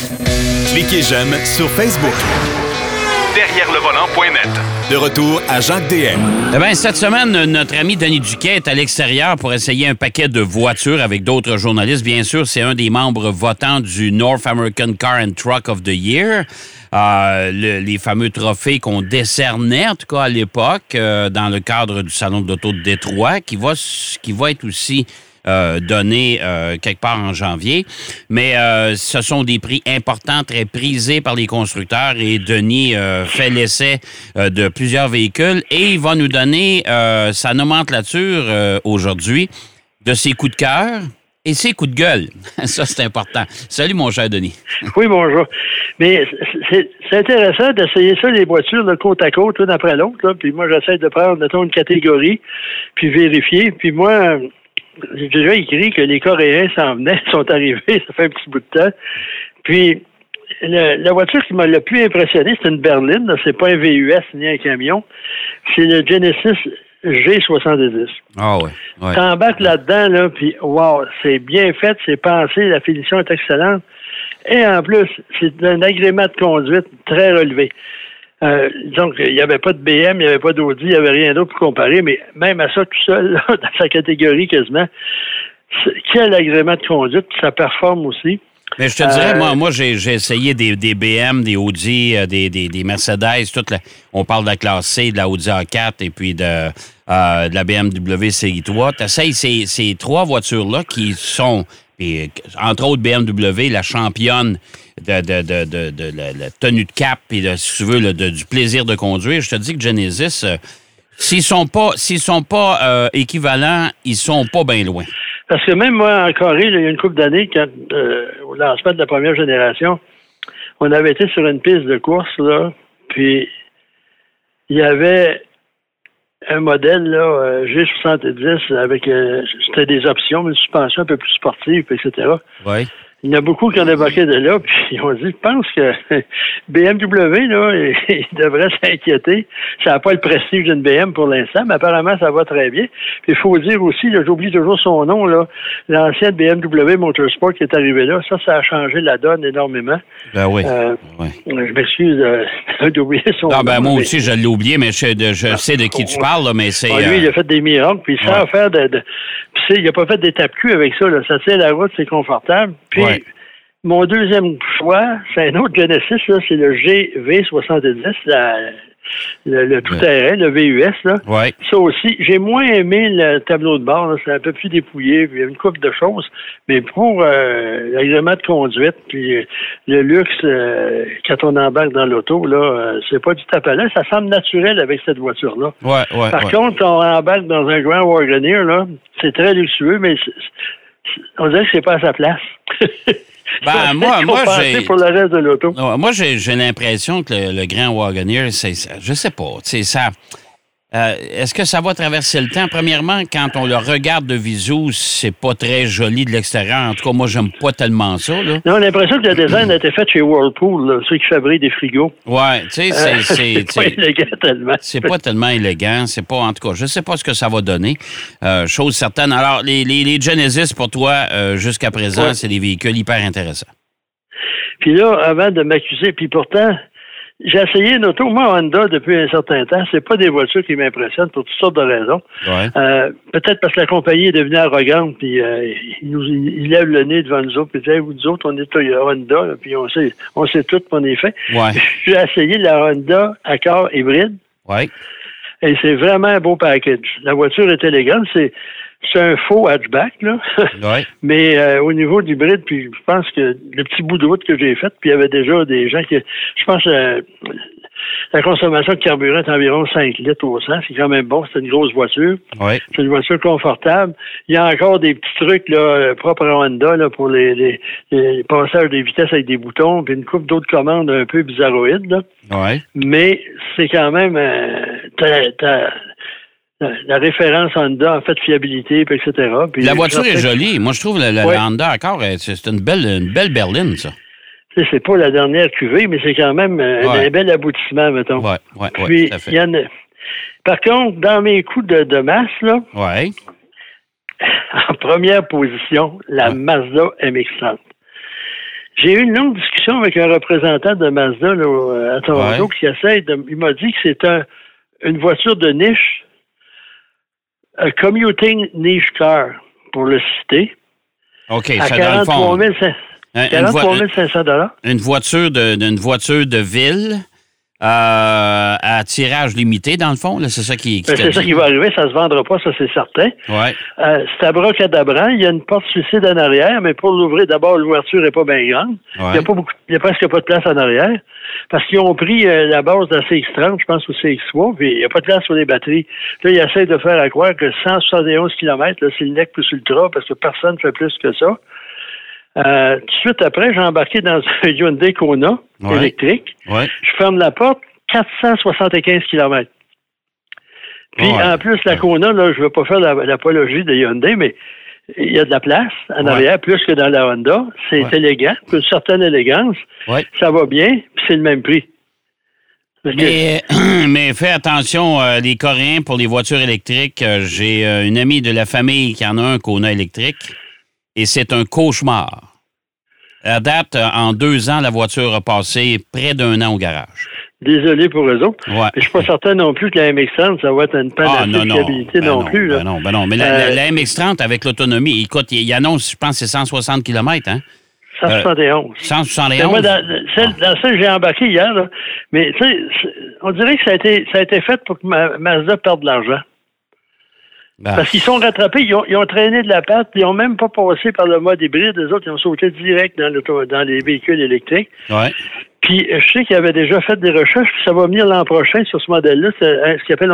Cliquez j'aime sur Facebook. Derrière le volant.net. De retour à Jacques DM. Eh bien, cette semaine, notre ami Denis Duquet est à l'extérieur pour essayer un paquet de voitures avec d'autres journalistes. Bien sûr, c'est un des membres votants du North American Car and Truck of the Year. Les fameux trophées qu'on décernait, en tout cas à l'époque, dans le cadre du Salon de l'Auto de Détroit, qui va être aussi donné quelque part en janvier. Mais ce sont des prix importants, très prisés par les constructeurs et Denis fait l'essai de plusieurs véhicules et il va nous donner sa nomenclature aujourd'hui de ses coups de cœur et ses coups de gueule. Ça, c'est important. Salut, mon cher Denis. Oui, bonjour. Mais c'est intéressant d'essayer ça, les voitures, là, côte à côte, l'une après l'autre. Là. Puis moi, j'essaie de prendre, mettons, une catégorie, puis vérifier. Puis moi, j'ai déjà écrit que les Coréens s'en venaient, sont arrivés, ça fait un petit bout de temps. Puis, la voiture qui m'a le plus impressionné, c'est une berline. Là. C'est pas un VUS ni un camion. C'est le Genesis G70. Ah ouais. T'embarques là-dedans, là, puis wow, c'est bien fait, c'est pensé, la finition est excellente. Et en plus, c'est un agrément de conduite très relevé. Donc, il n'y avait pas de BM, il n'y avait pas d'Audi, il n'y avait rien d'autre pour comparer, mais même à ça, tout seul, là, dans sa catégorie quasiment, quel agrément de conduite, puis ça performe aussi. Mais je te dirais, moi j'ai essayé des BM, des Audi, des Mercedes, on parle de la classe C, de la Audi A4 et puis de la BMW Série 3. Tu essayes ces trois voitures-là qui sont, puis, entre autres BMW, la championne de la tenue de cap et, si tu veux, du plaisir de conduire. Je te dis que Genesis, s'ils sont pas équivalents, ils sont pas bien loin. Parce que même moi, en Corée, il y a une couple d'années, quand au lancement de la première génération, on avait été sur une piste de course, là, puis il y avait un modèle, là, G70, avec, c'était des options, une suspension un peu plus sportive, etc. Oui. Il y en a beaucoup qui ont débarqué de là, puis ils ont dit, je pense que BMW, là, il devrait s'inquiéter. Ça n'a pas le prestige d'une BM pour l'instant, mais apparemment, ça va très bien. Puis il faut dire aussi, là, j'oublie toujours son nom, là, l'ancienne BMW Motorsport qui est arrivée là, ça a changé la donne énormément. Ben oui. Je m'excuse d'oublier son nom. Ben moi aussi, je l'ai oublié, mais je sais de qui tu parles, là, mais c'est... lui, il a fait des miracles, puis sans faire puis il n'a pas fait des tapes-culs avec ça, là. Ça tient la route, c'est confortable. Puis, mon deuxième choix, c'est un autre Genesis, là, c'est le GV70, le tout-terrain, le VUS. Là. Ouais. Ça aussi, j'ai moins aimé le tableau de bord, là, c'est un peu plus dépouillé, puis il y a une couple de choses, mais pour l'agrément de conduite, puis le luxe, quand on embarque dans l'auto, là, c'est pas du tapalin, ça semble naturel avec cette voiture-là. Par contre, quand on embarque dans un Grand Wagoneer, là, c'est très luxueux, mais on dirait que c'est pas à sa place. Ben, moi j'ai... pour le reste de l'auto. Moi, j'ai l'impression que le Grand Wagoneer, je sais pas, ça... est-ce que ça va traverser le temps? Premièrement, quand on le regarde de visu, c'est pas très joli de l'extérieur. En tout cas, moi, j'aime pas tellement ça. Là. Non, on a l'impression que le design a été fait chez Whirlpool, là, ceux qui fabriquent des frigos. Ouais, tu sais, c'est pas élégant tellement. C'est pas tellement élégant. C'est pas, en tout cas, je sais pas ce que ça va donner. Chose certaine. Alors, les Genesis, pour toi, jusqu'à présent, c'est des véhicules hyper intéressants. Puis là, avant de m'accuser, puis pourtant... J'ai essayé une auto, moi, Honda, depuis un certain temps. C'est pas des voitures qui m'impressionnent pour toutes sortes de raisons. Ouais. Peut-être parce que la compagnie est devenue arrogante, puis il lève le nez devant nous autres, puis dit, vous autres, on est Honda, là, puis on sait tout qu'on est fait. Ouais. J'ai essayé la Honda Accord hybride. Ouais. Et c'est vraiment un beau package. La voiture est élégante, c'est un faux hatchback, là. Ouais. Mais au niveau de l'hybride, puis je pense que le petit bout de route que j'ai fait, puis il y avait déjà des gens qui... Je pense que la consommation de carburant est environ 5 litres au 100. C'est quand même bon. C'est une grosse voiture. Ouais. C'est une voiture confortable. Il y a encore des petits trucs là propres à Honda là, pour les passages des vitesses avec des boutons, puis une couple d'autres commandes un peu bizarroïdes. Là. Ouais. Mais c'est quand même... la référence Honda, en fait, fiabilité, puis etc. Puis la voiture est jolie. Moi, je trouve la Honda Accord, c'est une belle berline, ça. C'est pas la dernière cuvée, mais c'est quand même un bel aboutissement, mettons. Oui, puis, tout à fait. Par contre, dans mes coups de masse, là, en première position, la Mazda MX-30. J'ai eu une longue discussion avec un représentant de Mazda là, à Toronto qui essaie de... Il m'a dit que c'est une voiture de niche, un commuting niche car, pour le citer. OK, à ça dans le fond. 43 500 $. Une voiture de ville à tirage limité, dans le fond, là, c'est ça qui c'est ça qui va arriver, ça se vendra pas, ça c'est certain. Ouais. C'est abracadabrant, il y a une porte suicide en arrière, mais pour l'ouvrir, d'abord, l'ouverture n'est pas bien grande. Ouais. Il y a presque pas de place en arrière. Parce qu'ils ont pris la base de la CX-30, je pense, au CX-3, puis il n'y a pas de place sur les batteries. Là, ils essaient de faire à croire que 171 km, là, c'est le NEC plus ultra, parce que personne ne fait plus que ça. Tout de suite après, j'ai embarqué dans un Hyundai Kona électrique. Ouais. Je ferme la porte, 475 km. Puis, en plus, la Kona, là, je ne veux pas faire l'apologie de Hyundai, mais il y a de la place en arrière, plus que dans la Honda. C'est élégant, une certaine élégance. Ouais. Ça va bien, puis c'est le même prix. Mais fais attention, les Coréens, pour les voitures électriques, j'ai une amie de la famille qui en a un Kona électrique, et c'est un cauchemar. À date, en 2 ans, la voiture a passé près d'1 an au garage. Désolé pour eux autres. Ouais. Je ne suis pas certain non plus que la MX-30, ça va être une panne de fiabilité non plus. Là. Ben non. Mais la MX-30, avec l'autonomie, écoute, il annonce, je pense, c'est 160 km, hein? 171. 171. Moi, dans celle que j'ai embarqué hier, là, mais tu sais, on dirait que ça a été fait pour que Mazda perde de l'argent. Parce qu'ils sont rattrapés, ils ont traîné de la patte, ils n'ont même pas passé par le mode hybride, les autres, ils ont sauté direct dans les véhicules électriques. Ouais. Puis, je sais qu'ils avaient déjà fait des recherches, puis ça va venir l'an prochain sur ce modèle-là, c'est ce qu'ils appellent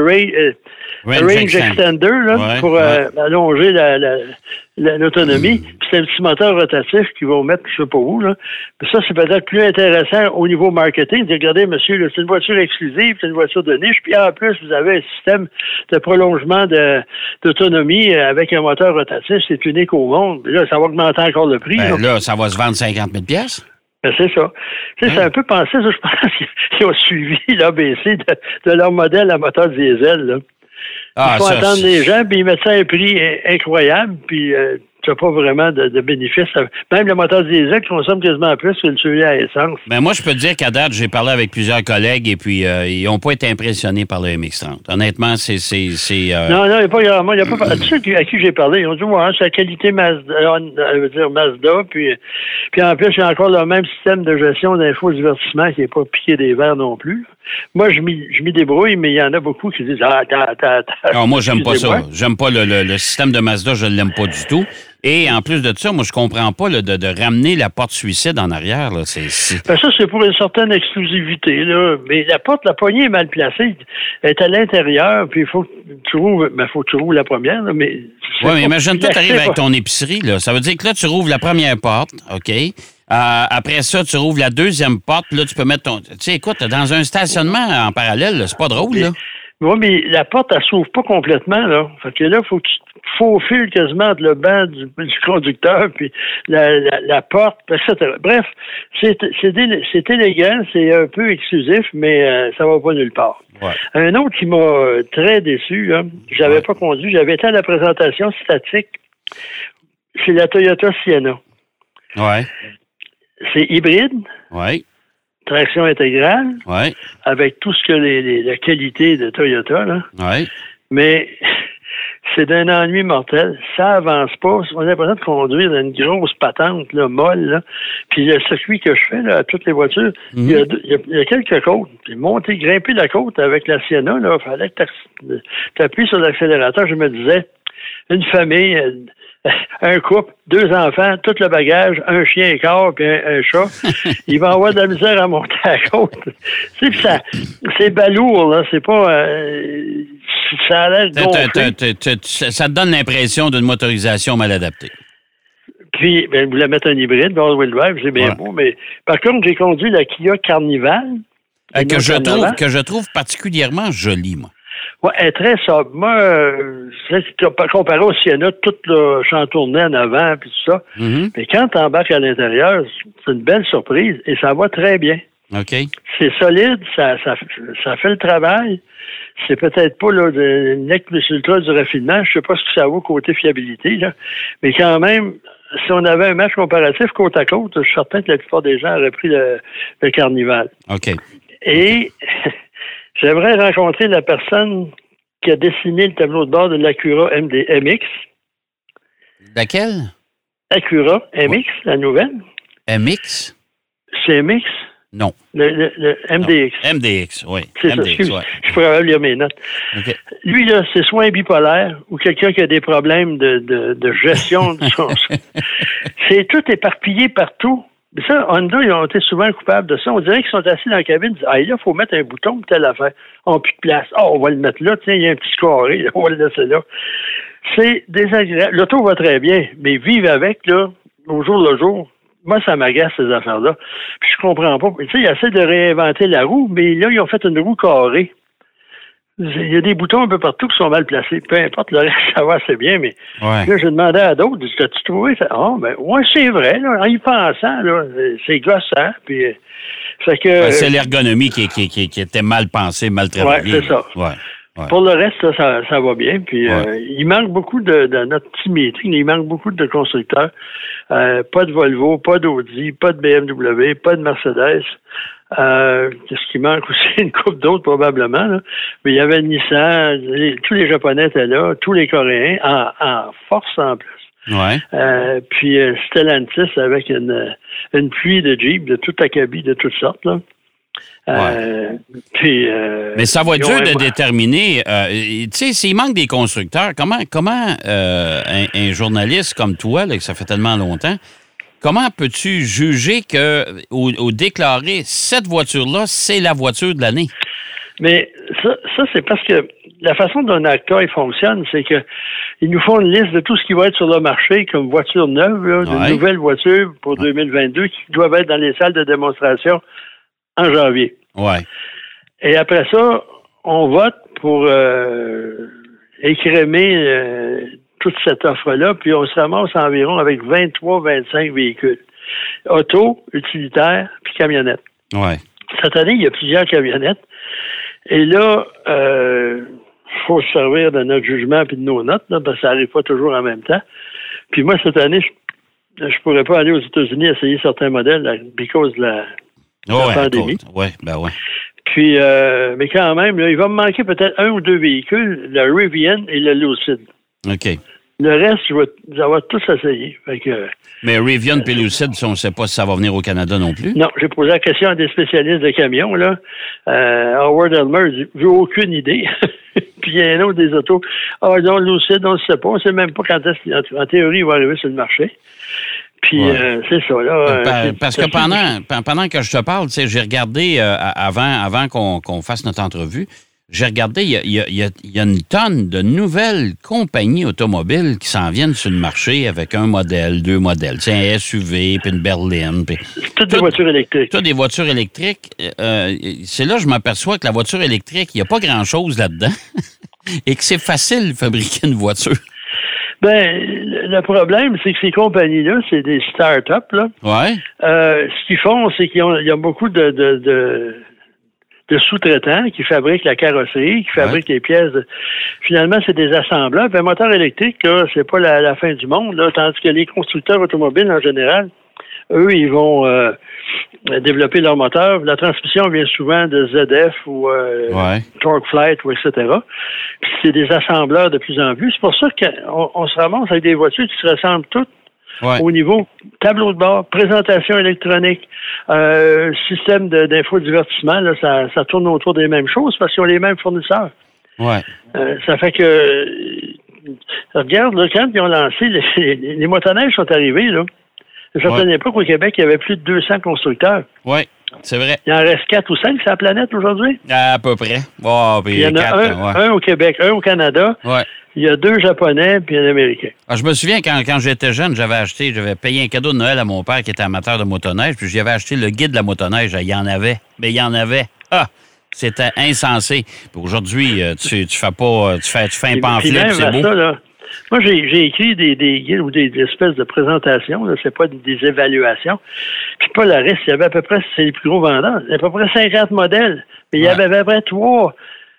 un range extender, là, pour allonger l'autonomie. Puis, c'est un petit moteur rotatif qu'ils vont mettre, je sais pas où, là. Puis ça, c'est peut-être plus intéressant au niveau marketing. De regardez, monsieur, là, c'est une voiture exclusive, c'est une voiture de niche, puis en plus, vous avez un système de prolongement d'autonomie avec un moteur rotatif, c'est unique au monde. Puis là, ça va augmenter encore le prix. Là, ça va se vendre 50 000 $. Ben, c'est ça. Tu sais, c'est un peu pensé, ça, je pense qu'ils ont suivi l'ABC de leur modèle à moteur diesel, là. Il faut attendre les gens, puis ils mettent ça à un prix incroyable, puis tu n'as pas vraiment de bénéfice. Même le moteur diesel consomme quasiment plus que celui à essence. Ben moi, je peux te dire qu'à date, j'ai parlé avec plusieurs collègues et puis ils n'ont pas été impressionnés par le MX-30. Honnêtement, c'est Non, il n'y a pas vraiment. Tu sais à qui j'ai parlé? Ils ont dit, c'est la qualité Mazda, puis en plus, il y a encore le même système de gestion d'infodivertissement qui n'est pas piqué des verres non plus. Moi, je m'y débrouille, mais il y en a beaucoup qui disent, non, moi, j'aime pas ça. J'aime pas le système de Mazda, je l'aime pas du tout. Et en plus de ça, moi, je comprends pas de ramener la porte suicide en arrière. Là. Ben ça, c'est pour une certaine exclusivité. Là. Mais la poignée est mal placée. Elle est à l'intérieur, puis il faut que tu rouvres la première. Là, mais imagine-toi, tu arrives avec ton épicerie. Là. Ça veut dire que là, tu rouvres la première porte, OK? Après ça, tu rouvres la deuxième porte, puis là, tu peux mettre ton... Tu sais, écoute, dans un stationnement en parallèle, là, c'est pas drôle, là. Oui, mais la porte, elle s'ouvre pas complètement, là. Fait que là, il faut que tu faufiles quasiment entre le banc du conducteur puis la porte, etc. Bref, c'est élégant, c'est un peu exclusif, mais ça va pas nulle part. Ouais. Un autre qui m'a très déçu, là, j'avais pas conduit, j'avais été à la présentation statique, c'est la Toyota Sienna. Ouais. C'est hybride. Ouais. Traction intégrale. Ouais. Avec tout ce que la qualité de Toyota, là. Ouais. Mais c'est d'un ennui mortel. Ça avance pas. On a l'impression de conduire dans une grosse patente, là, molle, là. Puis le circuit que je fais, là, à toutes les voitures, il y a quelques côtes. Puis grimper la côte avec la Sienna, là, il fallait que tu appuies sur l'accélérateur. Je me disais, une famille, un couple, 2 enfants, tout le bagage, un chien et quart, puis un chat. Il va avoir de la misère à monter à la côte. C'est balourd, là. C'est pas... ça a l'air gonflé. Ça te donne l'impression d'une motorisation mal adaptée. Puis, vous la mettez en hybride, all-wheel drive, c'est bien beau, mais par contre, j'ai conduit la Kia Carnival. Que je trouve particulièrement jolie, moi. Oui, elle est très sobre. Moi, comparé au Sienna, tout le chantourné en avant puis tout ça. Mm-hmm. Mais quand tu embarques à l'intérieur, c'est une belle surprise et ça va très bien. OK. C'est solide, ça fait le travail. C'est peut-être pas là, le NEC plus ultra du raffinement. Je sais pas ce que ça vaut côté fiabilité, là. Mais quand même, si on avait un match comparatif côte à côte, je suis certain que la plupart des gens auraient pris le Carnival. OK. Et j'aimerais rencontrer la personne qui a dessiné le tableau de bord de l'Acura MX. Laquelle? Acura MX, la nouvelle. MX? C'est MX? Non. Le MDX. Non. MDX, oui. C'est MDX, ça. ouais. Je pourrais lire mes notes. OK. Lui, là, c'est soit un bipolaire ou quelqu'un qui a des problèmes de gestion de son... C'est tout éparpillé partout. Mais ça, Honda, ils ont été souvent coupables de ça. On dirait qu'ils sont assis dans la cabine, ils disent, là, il faut mettre un bouton pour telle affaire. On n'a plus de place. On va le mettre là. Tiens, il y a un petit carré. On va le laisser là. C'est désagréable. L'auto va très bien, mais vivre avec, là, au jour le jour, moi, ça m'agace, ces affaires-là. Puis je comprends pas. Tu sais, ils essaient de réinventer la roue, mais là, ils ont fait une roue carrée. Il y a des boutons un peu partout qui sont mal placés. Peu importe, le reste, ça va assez bien, mais là, je demandais à d'autres, as-tu trouvé ça? Ouais, c'est vrai, là, en y pensant, là, c'est gossant, puis... fait que... c'est l'ergonomie qui était mal pensée, mal travaillée. Ouais, c'est ça. Ouais. Pour le reste, ça va bien. Puis il manque beaucoup de notre petit meeting, il manque beaucoup de constructeurs. Pas de Volvo, pas d'Audi, pas de BMW, pas de Mercedes. Qu'est-ce qui manque aussi? Une couple d'autres probablement. Là. Mais il y avait Nissan, tous les Japonais étaient là, tous les Coréens, en force en plus. Ouais. Puis Stellantis avec une pluie de Jeep, de tout acabit, de toutes sortes. Là. Mais ça va être dur de déterminer. Tu sais, s'il manque des constructeurs, comment un journaliste comme toi, là, que ça fait tellement longtemps, comment peux-tu juger que ou déclarer cette voiture-là, c'est la voiture de l'année? Mais ça c'est parce que la façon dont NACTA il fonctionne, c'est que ils nous font une liste de tout ce qui va être sur le marché comme voiture neuve, là, de nouvelles voitures pour 2022 qui doivent être dans les salles de démonstration en janvier. Ouais. Et après ça, on vote pour écrémer toute cette offre-là, puis on se ramasse environ avec 23-25 véhicules. Auto, utilitaires, puis camionnettes. Ouais. Cette année, il y a plusieurs camionnettes. Et là, faut se servir de notre jugement puis de nos notes, là, parce que ça n'arrive pas toujours en même temps. Puis moi, cette année, je pourrais pas aller aux États-Unis essayer certains modèles à cause de la pandémie. Oui, ben oui. Puis, mais quand même, là, il va me manquer peut-être un ou deux véhicules, le Rivian et le Lucid. OK. Le reste, je vais avoir tous essayé. Fait que, mais Rivian et Lucid, on ne sait pas si ça va venir au Canada non plus. Non, j'ai posé la question à des spécialistes de camions, là. Howard Elmer, j'ai aucune idée. Puis il y a un autre des autos. Non, Lucid, on ne sait pas. On ne sait même pas quand est-ce qu'en théorie, il va arriver sur le marché. Puis c'est ça, là. Parce que pendant que je te parle, tu sais, j'ai regardé avant qu'on fasse notre entrevue, j'ai regardé, il y a une tonne de nouvelles compagnies automobiles qui s'en viennent sur le marché avec un modèle, deux modèles. Tu sais, un SUV, puis une berline. Toutes des voitures électriques. Toutes des voitures électriques. C'est là que je m'aperçois que la voiture électrique, il n'y a pas grand-chose là-dedans et que c'est facile de fabriquer une voiture. Ben, le problème, c'est que ces compagnies-là, c'est des start-up, là. Ouais. Ce qu'ils font, c'est qu'il y a beaucoup de sous-traitants qui fabriquent la carrosserie, qui fabriquent les pièces. Finalement, c'est des assembleurs. Puis un moteur électrique, là, c'est pas la fin du monde, là, tandis que les constructeurs automobiles, en général, eux, ils vont développer leur moteur. La transmission vient souvent de ZF ou TorqueFlite ou etc. Puis c'est des assembleurs de plus en plus. C'est pour ça qu'on se ramasse avec des voitures qui se ressemblent toutes au niveau tableau de bord, présentation électronique, système d'infodivertissement. Là, ça tourne autour des mêmes choses parce qu'ils ont les mêmes fournisseurs. Ouais. Ça fait que regarde, là, quand ils ont lancé les motoneiges sont arrivés, là. À une certaine époque, au Québec, il y avait plus de 200 constructeurs. Oui, c'est vrai. Il en reste 4 ou 5 sur la planète aujourd'hui? À peu près. Oh, il y en a un au Québec, un au Canada. Ouais. Il y a 2 Japonais puis un Américain. Je me souviens, quand j'étais jeune, j'avais payé un cadeau de Noël à mon père qui était amateur de motoneige, puis j'avais acheté le guide de la motoneige. Il y en avait. Mais il y en avait. C'était insensé. Puis aujourd'hui, tu fais un pamphlet, puis c'est beau. Ça, là, moi, j'ai écrit des guides ou des espèces de présentations. Là, c'est pas des évaluations. Puis pas le reste. Il y avait à peu près, c'est les plus gros vendeurs, il y avait à peu près 50 modèles. Mais il y avait à peu près 3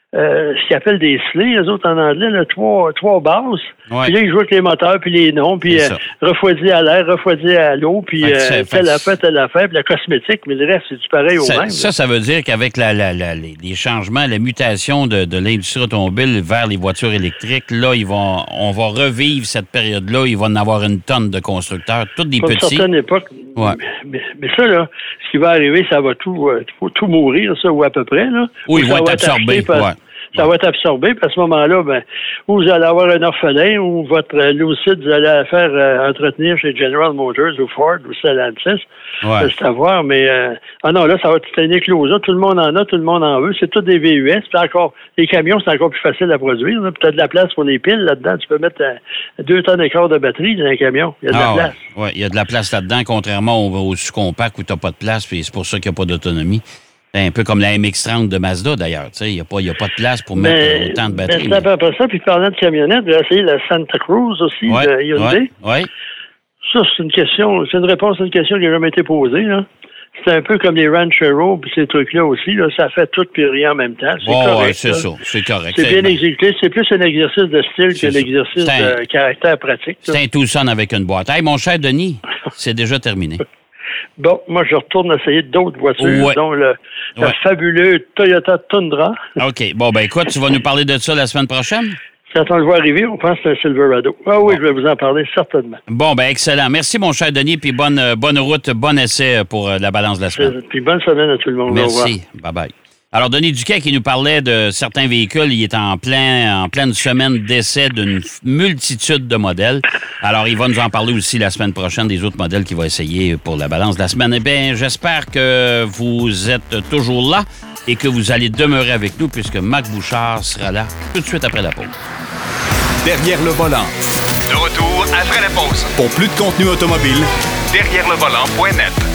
ce qu'ils appellent des sleighs, eux autres en anglais, là, trois bases. Ouais. Puis là, ils jouent avec les moteurs, puis les noms, puis refroidi à l'air, refroidi à l'eau, puis telle affaire, puis la cosmétique, mais le reste, c'est du pareil au même. Ça veut dire qu'avec les changements, la mutation de l'industrie automobile vers les voitures électriques, là, on va revivre cette période-là. Il va en avoir une tonne de constructeurs, tous des petits. À une certaine époque. Ouais. Mais ça, là, ce qui va arriver, ça va tout mourir, ça, ou à peu près, là. Oui, ils vont être absorbés. Ça va être absorbé, puis à ce moment-là, ou vous allez avoir un orphelin, ou votre Lucid, vous allez la faire entretenir chez General Motors ou Ford ou Stellantis. Ouais. C'est à voir, mais non, là, ça va être une éclosion. Tout le monde en a, tout le monde en veut. C'est tout des VUS. Puis encore, les camions, c'est encore plus facile à produire. Puis tu as de la place pour les piles là-dedans. Tu peux mettre 2 tonnes et quart de batterie dans un camion. Il y a de la place. Oui, il y a de la place là-dedans, contrairement au sous-compact où tu n'as pas de place, puis c'est pour ça qu'il n'y a pas d'autonomie. C'est un peu comme la MX-30 de Mazda, d'ailleurs. Il n'y a pas de place pour mettre autant de batterie. Mais c'est à peu près ça. Puis parlant de camionnette, j'ai essayé la Santa Cruz aussi de Hyundai. Oui. Ça, c'est une réponse à une question qui n'a jamais été posée. Là. C'est un peu comme les Ranchero puis ces trucs-là aussi. Là, ça fait tout puis rien en même temps. C'est correct. C'est ça. C'est correct. C'est bien exécuté. C'est plus un exercice de style que l'exercice de caractère pratique. C'est un Tucson avec une boîte. Hey, mon cher Denis, c'est déjà terminé. Bon, moi, je retourne essayer d'autres voitures, dont le fabuleux Toyota Tundra. OK. Bon, écoute, tu vas nous parler de ça la semaine prochaine? Quand on le voit arriver, on pense que c'est un Silverado. Ah oui, je vais vous en parler certainement. Bon, excellent. Merci, mon cher Denis, puis bonne route, bon essai pour la balance de la semaine. Puis bonne semaine à tout le monde. Merci. Bye-bye. Alors, Denis Duquet qui nous parlait de certains véhicules, il est en pleine semaine d'essai d'une multitude de modèles. Alors, il va nous en parler aussi la semaine prochaine des autres modèles qu'il va essayer pour la balance de la semaine. Eh bien, j'espère que vous êtes toujours là et que vous allez demeurer avec nous puisque Marc Bouchard sera là tout de suite après la pause. Derrière le volant. De retour après la pause. Pour plus de contenu automobile, Derrière le volant.net.